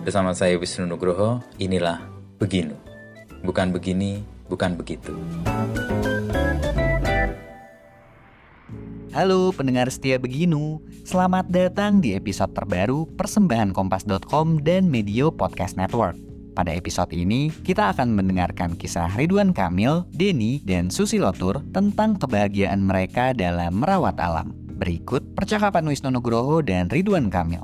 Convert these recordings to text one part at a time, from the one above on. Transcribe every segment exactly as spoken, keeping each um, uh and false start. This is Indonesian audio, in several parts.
Bersama saya Wisnu Nugroho, inilah Beginu. Bukan begini, bukan begitu. Halo pendengar setia Beginu, selamat datang di episode terbaru persembahan kompas dot com dan Medio Podcast Network. Pada episode ini, kita akan mendengarkan kisah Ridwan Kamil, Denny, dan Susi Lotur tentang kebahagiaan mereka dalam merawat alam. Berikut percakapan Wisnu Nugroho dan Ridwan Kamil.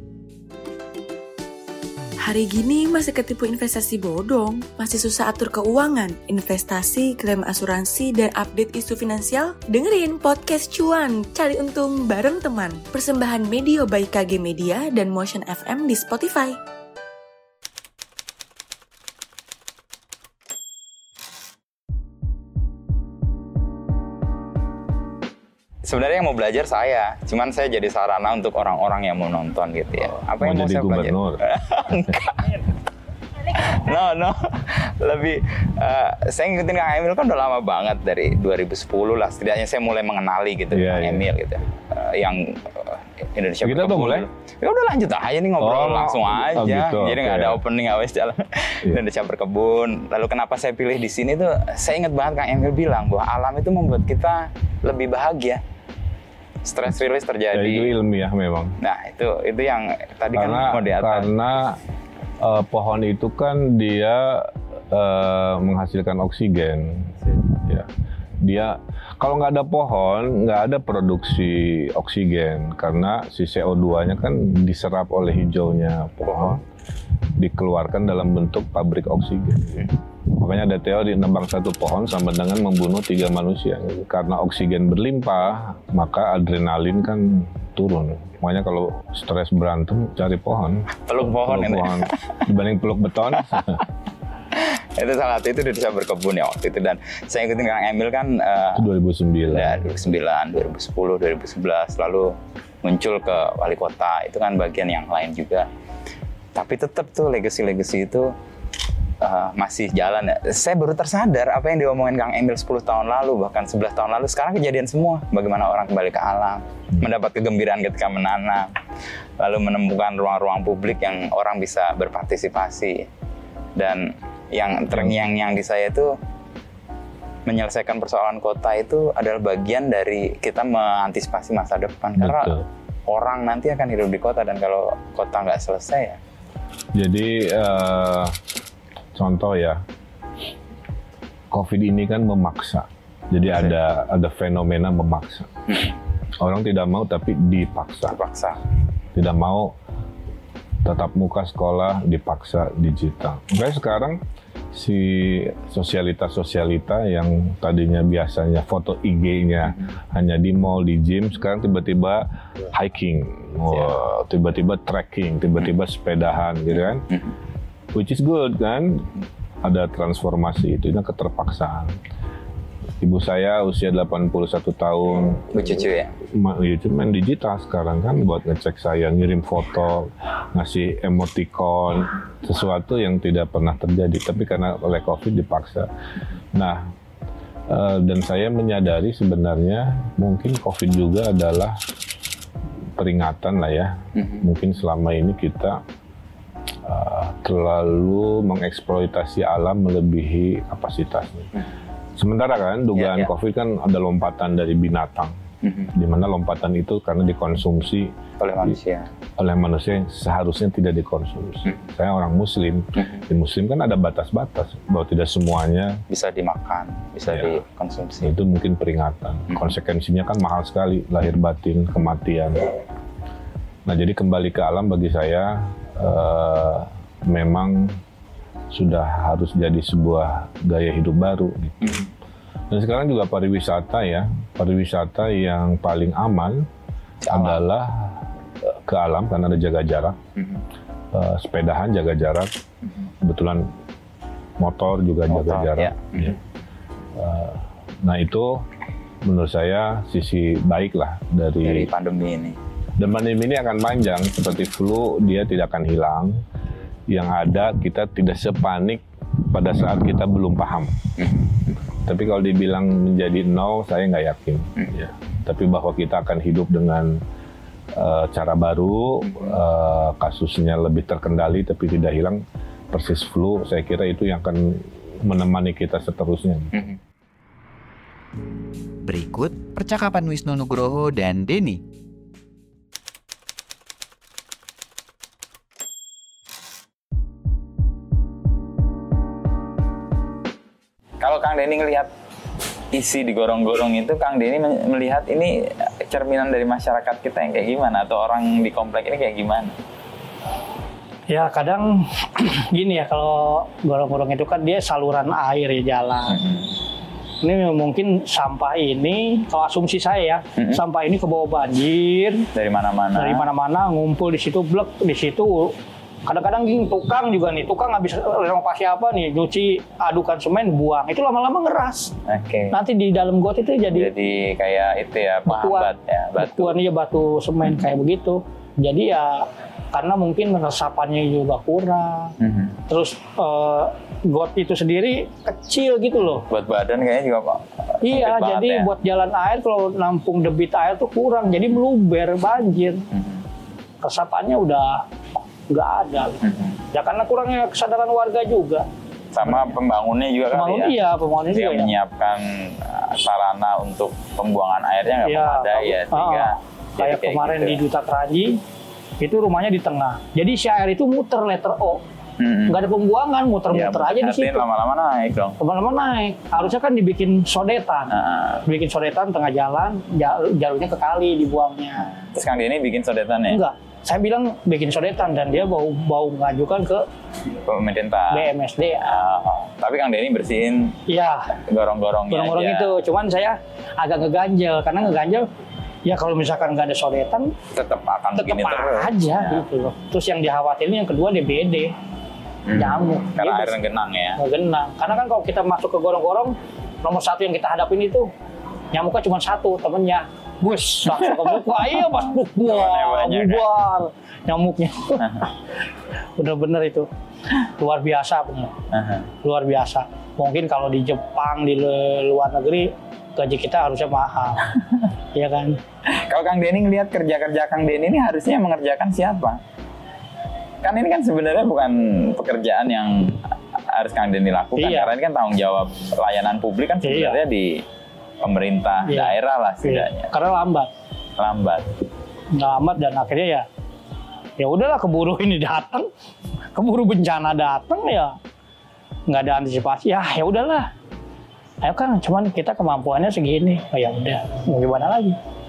Hari gini masih ketipu investasi bodong, masih susah atur keuangan, investasi, klaim asuransi, dan update isu finansial? Dengerin Podcast Cuan, cari untung bareng teman. Persembahan Medio by K G Media dan Motion F M di Spotify. Sebenarnya yang mau belajar saya, cuman saya jadi sarana untuk orang-orang yang mau nonton gitu ya. Apa yang mau, mau saya gubernur? Enggak. No, no. Lebih, uh, saya ngikutin Kang Emil kan udah lama banget, dari dua ribu sepuluh lah. Setidaknya saya mulai mengenali gitu yeah, Kang yeah. Emil gitu. Uh, yang uh, Indonesia Kita tuh mulai? Ya udah lanjut aja nih ngobrol oh, langsung aja. Oh gitu, jadi nggak okay. ada opening awes jalan. Yeah. Indonesia Berkebun. Lalu kenapa saya pilih di sini tuh? Saya ingat banget Kang Emil bilang bahwa alam itu membuat kita lebih bahagia. Stress release terjadi. Ya, itu ilmiah memang. Nah itu itu yang tadi karena, kan mau di atas. Karena uh, pohon itu kan dia uh, menghasilkan oksigen. Ya. Dia kalau nggak ada pohon nggak ada produksi oksigen karena si C O dua-nya kan diserap oleh hijaunya pohon, dikeluarkan dalam bentuk pabrik oksigen. Makanya ada teori nebang satu pohon sama dengan membunuh tiga manusia. Karena oksigen berlimpah, maka adrenalin kan turun. Makanya kalau stres berantem, cari pohon. Peluk pohon peluk ini. Pohon. Dibanding peluk beton. Itu salah satu itu Indonesia Berkebun ya waktu itu. Dan saya ikutin Kang Emil kan uh, dua ribu sembilan. Ya, dua ribu sembilan, dua ribu sepuluh, dua ribu sebelas. Lalu muncul ke wali kota. Itu kan bagian yang lain juga. Tapi tetap tuh legacy-legacy itu Uh, masih jalan ya. Saya baru tersadar apa yang diomongin Kang Emil sepuluh tahun lalu, bahkan sebelas tahun lalu, sekarang kejadian semua. Bagaimana orang kembali ke alam, mendapat kegembiraan ketika menanam, lalu menemukan ruang-ruang publik yang orang bisa berpartisipasi. Dan yang terngiang-ngiang di saya itu menyelesaikan persoalan kota itu adalah bagian dari kita mengantisipasi masa depan. Karena Betul. orang nanti akan hidup di kota, dan kalau kota nggak selesai ya. Jadi uh... contoh ya, COVID ini kan memaksa. Jadi ada ada fenomena memaksa. Orang tidak mau tapi dipaksa. Dipaksa. Tidak mau tatap muka sekolah, dipaksa digital. Makanya sekarang si sosialita-sosialita yang tadinya biasanya foto I G-nya hmm. hanya di mall, di gym, sekarang tiba-tiba hiking, wow, tiba-tiba trekking, tiba-tiba sepedahan gitu kan. Hmm. Which is good kan, ada transformasi itu, itu keterpaksaan. Ibu saya usia delapan puluh satu tahun. Bu cucu ya? Itu main digital sekarang kan, buat ngecek saya, ngirim foto, ngasih emoticon, sesuatu yang tidak pernah terjadi. Tapi karena oleh COVID dipaksa. Nah, dan saya menyadari sebenarnya mungkin COVID juga adalah peringatan lah ya. Mm-hmm. Mungkin selama ini kita Uh, terlalu mengeksploitasi alam melebihi kapasitasnya. Hmm. Sementara kan dugaan yeah, yeah. COVID kan ada lompatan dari binatang, mm-hmm. di mana lompatan itu karena dikonsumsi oleh manusia. Di, oleh manusia yang seharusnya tidak dikonsumsi. Hmm. Saya orang Muslim, hmm. di Muslim kan ada batas-batas bahwa tidak semuanya bisa dimakan, bisa ya, dikonsumsi. Itu mungkin peringatan. Hmm. Konsekuensinya kan mahal sekali, lahir batin, kematian. Nah jadi kembali ke alam bagi saya Uh, memang sudah harus jadi sebuah gaya hidup baru gitu. Mm. Dan sekarang juga pariwisata ya, pariwisata yang paling aman alam. adalah uh, ke alam karena ada jaga jarak, mm-hmm. uh, sepedahan jaga jarak, mm-hmm. kebetulan motor juga motor, jaga jarak. Ya. Mm-hmm. Uh, nah itu menurut saya sisi baik lah dari, dari pandemi ini. Dan pandemi ini akan panjang, seperti flu, dia tidak akan hilang. Yang ada, kita tidak sepanik pada saat kita belum paham. Tapi kalau dibilang menjadi nol, saya nggak yakin. Ya. Tapi bahwa kita akan hidup dengan uh, cara baru, uh, kasusnya lebih terkendali tapi tidak hilang persis flu. Saya kira itu yang akan menemani kita seterusnya. Mhm. Berikut percakapan Wisnu Nugroho dan Denny. Kalau Kang Denny ngelihat isi di gorong-gorong itu, Kang Denny melihat ini cerminan dari masyarakat kita yang kayak gimana, atau orang di komplek ini kayak gimana? Ya kadang gini ya, kalau gorong-gorong itu kan dia saluran air ya, jalan. Mm-hmm. Ini mungkin sampah ini, kalau asumsi saya ya, mm-hmm. sampah ini kebawa banjir dari mana-mana. Dari mana-mana ngumpul di situ, blek di situ. Kadang-kadang gini, tukang juga nih, tukang habis renovasi apa nih, nyuci adukan semen, buang. Itu lama-lama ngeras. Oke. Okay. Nanti di dalam got itu jadi jadi kayak itu ya, mahabat ya, batu. Batuan ya, batu semen kayak begitu. Jadi ya karena mungkin resapannya juga kurang. Mm-hmm. Terus uh, got itu sendiri kecil gitu loh. Buat badan kayaknya juga Pak. Iya, jadi ya. Buat jalan air kalau nampung debit air tuh kurang, jadi meluber, banjir. Mm-hmm. Resapannya udah nggak ada. Mm-hmm. Ya karena kurangnya kesadaran warga juga. Sama pembangunnya juga Pembangun, kali ya. Iya, pembangunnya juga. Yang menyiapkan ya. sarana untuk pembuangan airnya nggak ya, memadai ya, sehingga uh, kayak, kayak kemarin gitu. Di Duta Keraji itu rumahnya di tengah. Jadi si air itu muter letter O. Mm-hmm. Nggak ada pembuangan, muter-muter ya, aja di situ. Lama-lama naik dong. Lama-lama naik. Harusnya kan dibikin sodetan. Uh. Bikin sodetan tengah jalan, jalurnya ke kali dibuangnya. Terus Kang Denny bikin sodetan ya? Enggak. Saya bilang bikin sodetan dan dia bau bau mengajukan ke pemerintah B M S D. Uh, tapi Kang Denny bersihin iya gorong-gorongnya gorong-gorong aja. Itu. Cuman saya agak ngeganjel karena ngeganjel ya kalau misalkan nggak ada sodetan tetap akan tetap begini terus. aja ya. Gitu loh. Terus yang dikhawatirin yang kedua D B D. Hmm. Nyamuk. Karena air genang ya. Genang. Karena kan kalau kita masuk ke gorong-gorong, nomor satu yang kita hadapin itu nyamuknya cuma satu, temennya. Bus, langsung ke muka, iya pas buah, bubar nyamuknya. Bener-bener itu luar biasa bener, uh-huh. luar biasa. Mungkin kalau di Jepang, di luar negeri gaji kita harusnya mahal, ya kan? Kalau Kang Denny ngelihat kerja-kerja Kang Denny ini harusnya mengerjakan siapa? Kan ini kan sebenarnya bukan pekerjaan yang harus Kang Denny lakukan, iya. Karena ini kan tanggung jawab layanan publik kan sebenarnya iya. di pemerintah iya. daerah lah setidaknya. Iya. Karena lambat. Lambat. Lambat dan akhirnya ya, ya udahlah keburu ini datang, keburu bencana datang ya, nggak ada antisipasi. Ya ya udahlah. Ayo kan, cuman kita kemampuannya segini. Oh ya udah, mau gimana lagi?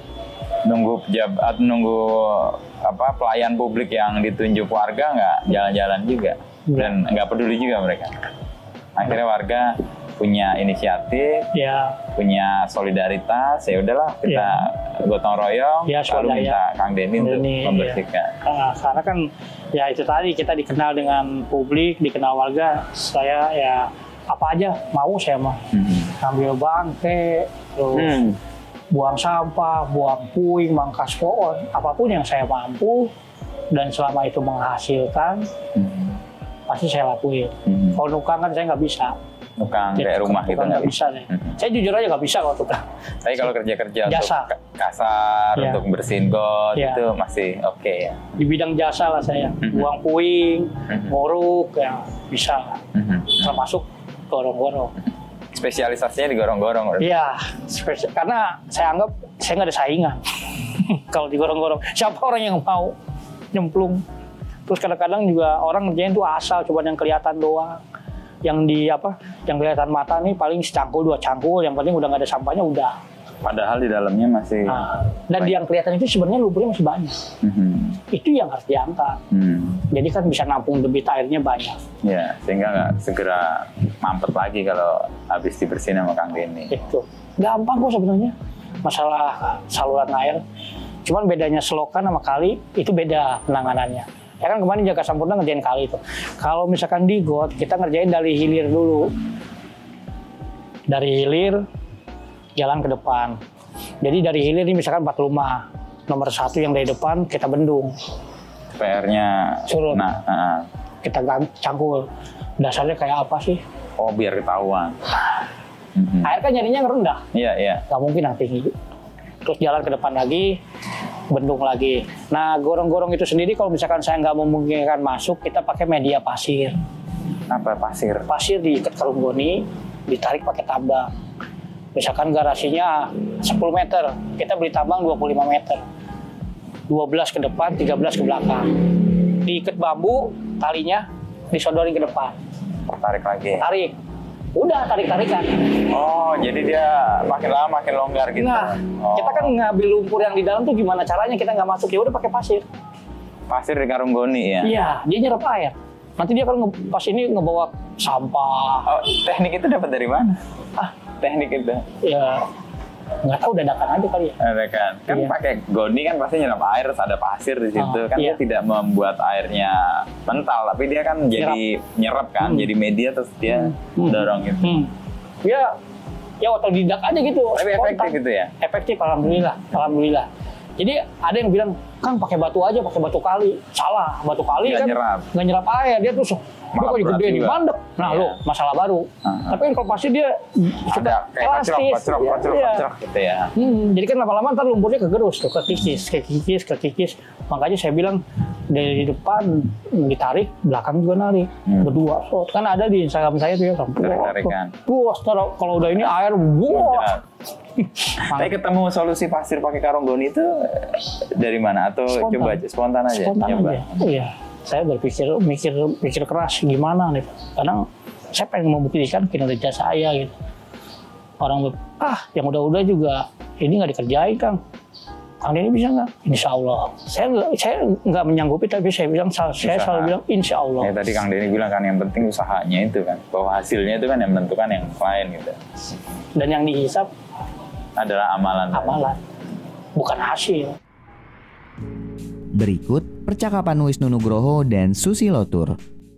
Nunggu pejabat, nunggu apa pelayan publik yang ditunjuk warga nggak jalan-jalan juga dan nggak peduli juga mereka. Akhirnya warga punya inisiatif, ya. punya solidaritas, ya udahlah kita ya. gotong royong, ya, lalu minta Kang Denny untuk membersihkan. Ya. Nah, karena kan ya itu tadi kita dikenal dengan publik, dikenal warga, saya ya apa aja mau saya mah, hmm. ambil bangke, terus hmm. buang sampah, buang puing, mangkas pohon, apapun yang saya mampu dan selama itu menghasilkan, hmm. pasti saya lakuin. Hmm. Kalau nukang kan saya nggak bisa. Nukang kayak rumah gitu nggak bisa deh. Mm-hmm. Saya jujur aja nggak bisa kalau tukang. Tapi kalau kerja-kerja jasa. untuk kasar, yeah. untuk bersihin got yeah. itu masih oke okay, ya. Di bidang jasa lah saya, mm-hmm. buang puing, mm-hmm. nguruk, ya bisa. Mm-hmm. Termasuk gorong-gorong. Spesialisasinya di gorong-gorong. Iya, spesi- karena saya anggap saya nggak ada saingan kalau di gorong-gorong. Siapa orang yang mau nyemplung? Terus kadang-kadang juga orang ngerjain tuh asal, cuma yang kelihatan doang. Yang di apa, yang kelihatan mata nih paling secangkul dua cangkul, yang penting udah nggak ada sampahnya udah. Padahal di dalamnya masih. Nah, dan di yang kelihatan itu sebenarnya lubernya masih banyak. Mm-hmm. Itu yang harus diangkat. Mm. Jadi kan bisa nampung debit airnya banyak. Ya, sehingga nggak segera mampet lagi kalau habis dibersihin sama Kang Denny. Itu gampang kok sebenarnya masalah saluran air. Cuman bedanya selokan sama kali itu beda penanganannya. Ya kan kemarin Jaga Sampurna ngerjain kali itu. Kalau misalkan di got, kita ngerjain dari hilir dulu. Dari hilir, jalan ke depan. Jadi dari hilir ini misalkan empat rumah. Nomor satu yang dari depan, kita bendung. P R-nya surut. Nah, uh. Kita cangkul. Dasarnya kayak apa sih? Oh, biar ketahuan. Mm-hmm. Air kan jadinya ngerendah. Iya, iya. Gak mungkin yang tinggi. Terus jalan ke depan lagi, bendung lagi. Nah, gorong-gorong itu sendiri kalau misalkan saya nggak memungkinkan masuk, kita pakai media pasir. Apa pasir? Pasir diikat karung goni, ditarik pakai tambang. Misalkan garasinya sepuluh meter, kita beli tambang dua puluh lima meter. dua belas ke depan, tiga belas ke belakang. Diikat bambu, talinya disodorin ke depan. Tarik lagi. Tarik. Udah tarik-tarikan. Oh, jadi dia makin lama makin longgar gitu. Nah, oh. kita kan ngambil lumpur yang di dalam tuh gimana caranya kita nggak masuk, ya udah pakai pasir. Pasir di karung goni ya? Iya, dia nyerap air. Nanti dia kan nge- pas ini ngebawa sampah. Oh, teknik itu dapat dari mana? Ah, Teknik itu? ya nggak tahu dadakan aja kali ya. Ada kan? Kan Iya. pakai goni kan pasti nyerap air, terus ada pasir di situ. Ah, kan iya. dia tidak membuat airnya kental, tapi dia kan jadi nyerap kan, Hmm. jadi media terus dia Hmm. dorong gitu. Hmm. Ya, ya otodidak aja gitu. Tapi efektif Spontan. gitu ya? Efektif, alhamdulillah, alhamdulillah. Jadi ada yang bilang, Kang pakai batu aja, pakai batu kali. Salah, batu kali Nggak kan nyerap. nggak nyerap air, dia tuh Malah dia berat gede di juga. mandek. Nah, Iya. lo masalah baru. Ah. Tapi kalau pasti dia suka Ada kayak kocrok, elastis. kocrok, Iya, kocrok, iya. kocrok gitu ya. Hmm, jadi kan lama-lama ntar lumpurnya kegerus tuh, kekikis, kekikis, kekikis. Makanya saya bilang dari depan ditarik, belakang juga narik, Hmm. berdua. So, kan ada di Instagram saya tuh ya, kan. Tarik-tarikan. Buas, ntar kalau udah ini air, buas. Tapi ketemu solusi pasir pakai karung goni itu dari mana? Atau Spontan. coba aja spontan aja? Spontan Nyoba. aja. Iya, saya berpikir, mikir, mikir keras gimana nih. Kadang saya pengen membuktikan kinerja saya gitu. Orang ber- ah yang udah-udah juga ini nggak dikerjain Kang. Kang ini bisa nggak? Insya Allah. Saya nggak, saya nggak menyanggupi, tapi saya bilang, saya Usaha. selalu bilang Insya Allah. Ya tadi Kang Denny bilang kan yang penting usahanya itu kan, bahwa hasilnya itu kan yang menentukan yang lain gitu. Dan yang dihisap Adalah amalan. amalan, bukan hasil. Berikut percakapan Wisnu Nugroho dan Susi Lotur.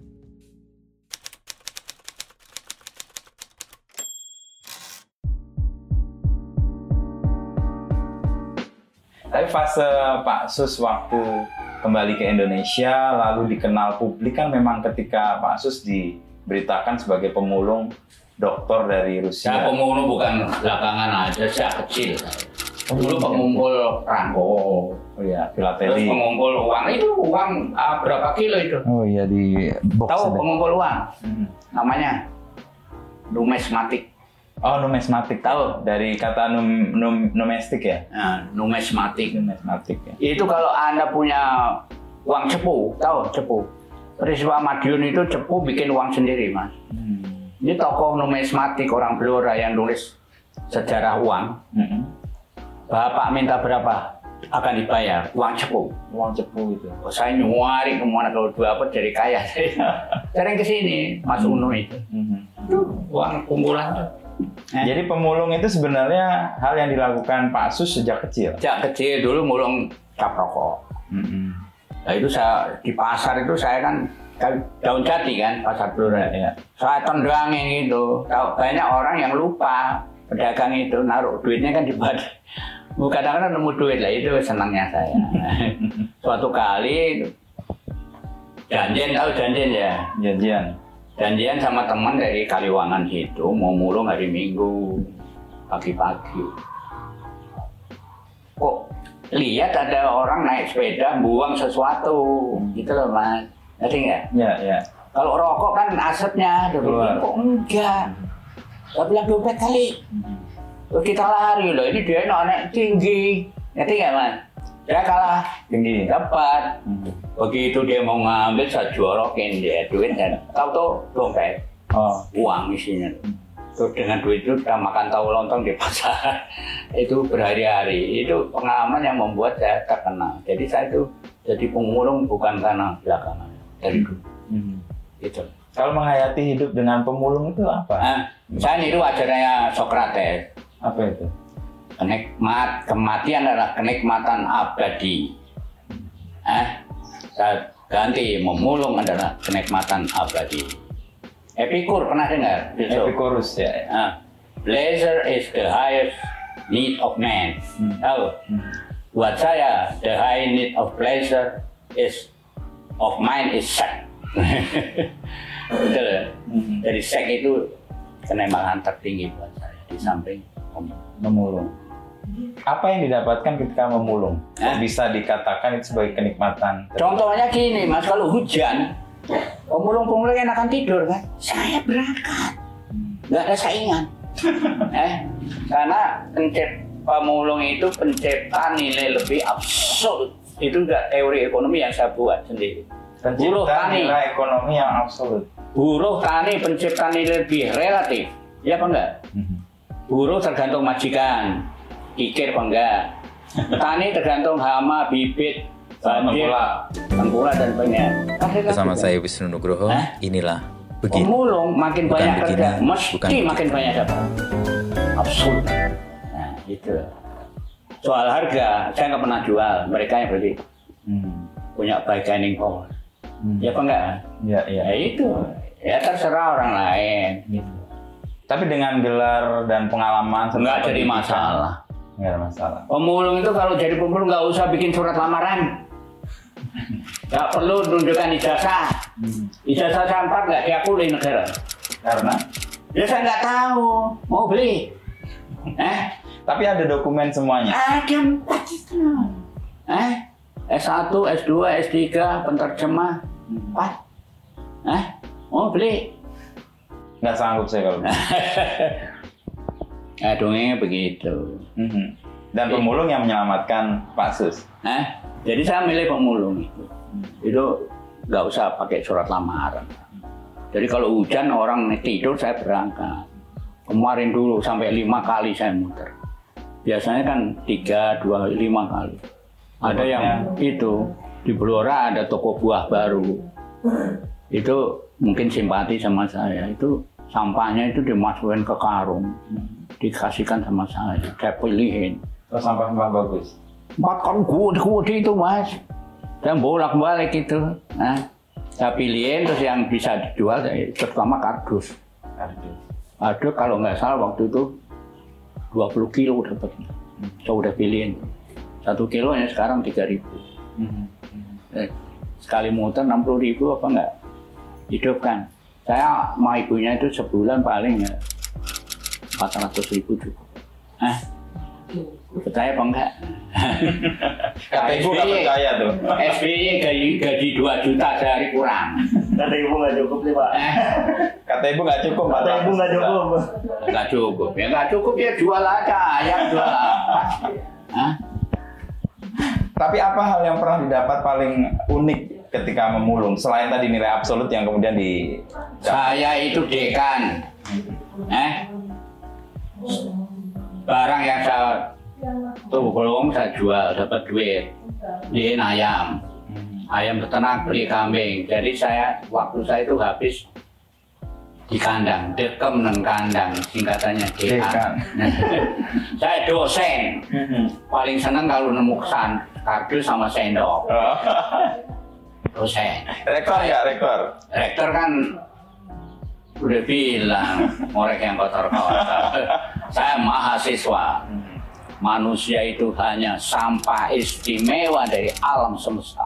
Tapi fase Pak Sus waktu kembali ke Indonesia lalu dikenal publik kan memang ketika Pak Sus diberitakan sebagai pemulung doktor dari Rusia. Saya pemulung bukan belakangan aja, sejak kecil. Dulu pengumpul rangko, Oh iya, terus filateli. pengumpul uang. Itu uang ah, berapa kilo itu? Oh iya di box. Tahu ada. pengumpul uang? Hmm. Namanya numismatik. Oh numismatik, tahu dari kata num, num, nomestik ya? Nah, numismatik. Numismatik ya. Itu kalau Anda punya uang cepu, tahu cepu. Peristiwa Madiun itu cepu bikin uang sendiri, Mas. Hmm. Ini tokoh numismatik orang Blora yang nulis sejarah uang. Hmm. Bapak minta berapa? Akan dibayar uang cepu. Uang cepu itu. Oh, saya nyuari kemana kalau dua apa jadi kaya. Sering ke sini masuk Uno itu. Hmm. Itu uang kumpulan. Eh, Jadi pemulung itu sebenarnya hal yang dilakukan Pak Sus sejak kecil. sejak kecil dulu mulung cap rokok. Hmm. Nah itu saya di pasar itu saya kan kan daun jati kan pasar Blora. Ya. Saya tendangin gitu. Tahu banyak orang yang lupa pedagang itu naruh duitnya kan di badan. Kadang-kadang nemu duit lah, itu senangnya saya. Suatu kali janjian, tahu janjian ya? Janjian. Janjian sama teman dari Kaliwangan situ mau mulung hari Minggu pagi-pagi. Kok lihat ada orang naik sepeda buang sesuatu gitu loh Mas. Ngerti nggak? Ya, ya. Kalau rokok kan asetnya dulu. Keluar. Kok enggak? Saya bilang dompet kali. Terus kita lari loh, ini dia naik tinggi. Ngerti nggak Mas? Dia kalah Tinggi. dapat. Hmm. Begitu dia mau ngambil, saya jorokin dia duit dan tahu tuh dompet, Oh. uang isinya. Terus dengan duit itu kita makan tahu lontong di pasar. Itu berhari-hari. Itu pengalaman yang membuat saya terkenal. Jadi saya itu jadi pemulung bukan karena belakangan, dari dulu. Hmm. Gitu. Kalau menghayati hidup dengan pemulung itu apa? Nah, saya niru ajarannya Sokrates. Apa itu? Kenikmat, kematian adalah kenikmatan abadi. Eh, saya ganti memulung adalah kenikmatan abadi. Epikur pernah dengar? Epicurus ya. Ah, pleasure is the highest need of man. Hmm. Tahu? Buat saya, the high need of pleasure is of mind is sex. Betul ya? Hmm. Jadi seks itu kenikmatan tertinggi buat saya di samping om- Memulung. Apa yang didapatkan ketika memulung? Eh? Bisa dikatakan itu sebagai kenikmatan. Contohnya gini Mas, kalau hujan, pemulung-pemulung enakan tidur kan? Saya berangkat, nggak ada saingan. eh, karena pencipta pemulung itu pencipta nilai lebih absolut. Itu juga teori ekonomi yang saya buat sendiri. Buruh Pencipta tani, nilai ekonomi yang absolut. buruh tani pencipta nilai lebih relatif, ya apa enggak? Buruh tergantung majikan, kikir apa enggak? Tani tergantung hama, bibit, banjir, tengkulak dan banyak. Bersama saya Wisnu Nugroho, Hah? inilah begini. Pemulung makin Bukan banyak begini, kerja, bukan mesti begitu. makin banyak dapat. Absolut. Nah, gitu. Soal harga, saya nggak pernah jual. Mereka yang berarti Hmm. punya bargaining power. Hmm. Ya apa enggak? Ya, ya. Ya itu. Ya terserah orang lain. Gitu. Tapi dengan gelar dan pengalaman serta Nggak jadi pendidikan, masalah. nggak ada masalah. Pemulung itu kalau jadi pemulung nggak usah bikin surat lamaran. Nggak perlu tunjukkan ijazah. Ijazah sampai nggak diakui negara. Karena Ya saya nggak tahu. Mau beli. Eh? tapi ada dokumen semuanya. Ada empat itu. Eh? S satu, S dua, S tiga, penterjemah. Empat. Eh? Mau beli? Nggak sanggup saya kalau. Nah, dongengnya begitu. Mhm. Dan pemulung yang menyelamatkan Pak Sus. Eh? Jadi saya milih pemulung itu. Itu nggak usah pakai surat lamaran. Jadi kalau hujan orang tidur saya berangkat. Kemarin dulu sampai lima kali saya muter. Biasanya kan tiga, dua, lima kali. Ada yang itu di Blora ada toko buah baru. Itu mungkin simpati sama saya. Itu sampahnya itu dimasukkan ke karung, dikasihkan sama saya. Saya pilihin. Terus sampah-sampah bagus. Empat karung gede-gede itu Mas. Saya bolak-balik itu. Nah, saya pilihin terus yang bisa dijual terutama kardus. Aduh. Ada kalau nggak salah waktu itu dua puluh kilo dapatnya. Saya udah pilihin. Satu kilonya sekarang tiga ribu. Eh, sekali muter enam puluh ribu apa enggak? Hidup kan. Saya sama ibunya itu sebulan paling ya empat ratus ribu cukup. Eh, percaya apa enggak? Kata ibu nggak percaya tuh. S B Y gaji, gaji dua juta sehari kurang. Kata ibu nggak cukup nih Pak. Eh, Kata ibu nggak cukup. Kata ibu nggak cukup. nggak cukup. Ya nggak cukup ya jual aja. Ayam jual apa? Hah? Tapi apa hal yang pernah didapat paling unik ketika memulung selain tadi nilai absolut yang kemudian di Saya itu dekan. Eh? Barang yang saya tulung saya jual dapat duit. Beliin ayam. Ayam beternak beli kambing. Jadi saya waktu saya itu habis di kandang, dekem neng kandang, singkatannya dekan. Dekan. Saya dosen. Paling senang kalau nemu kesan kardus sama sendok. Dosen. rekor nggak rekor? Rektor kan udah bilang ngorek yang kotor-kotor. Saya mahasiswa. Manusia itu hanya sampah istimewa dari alam semesta.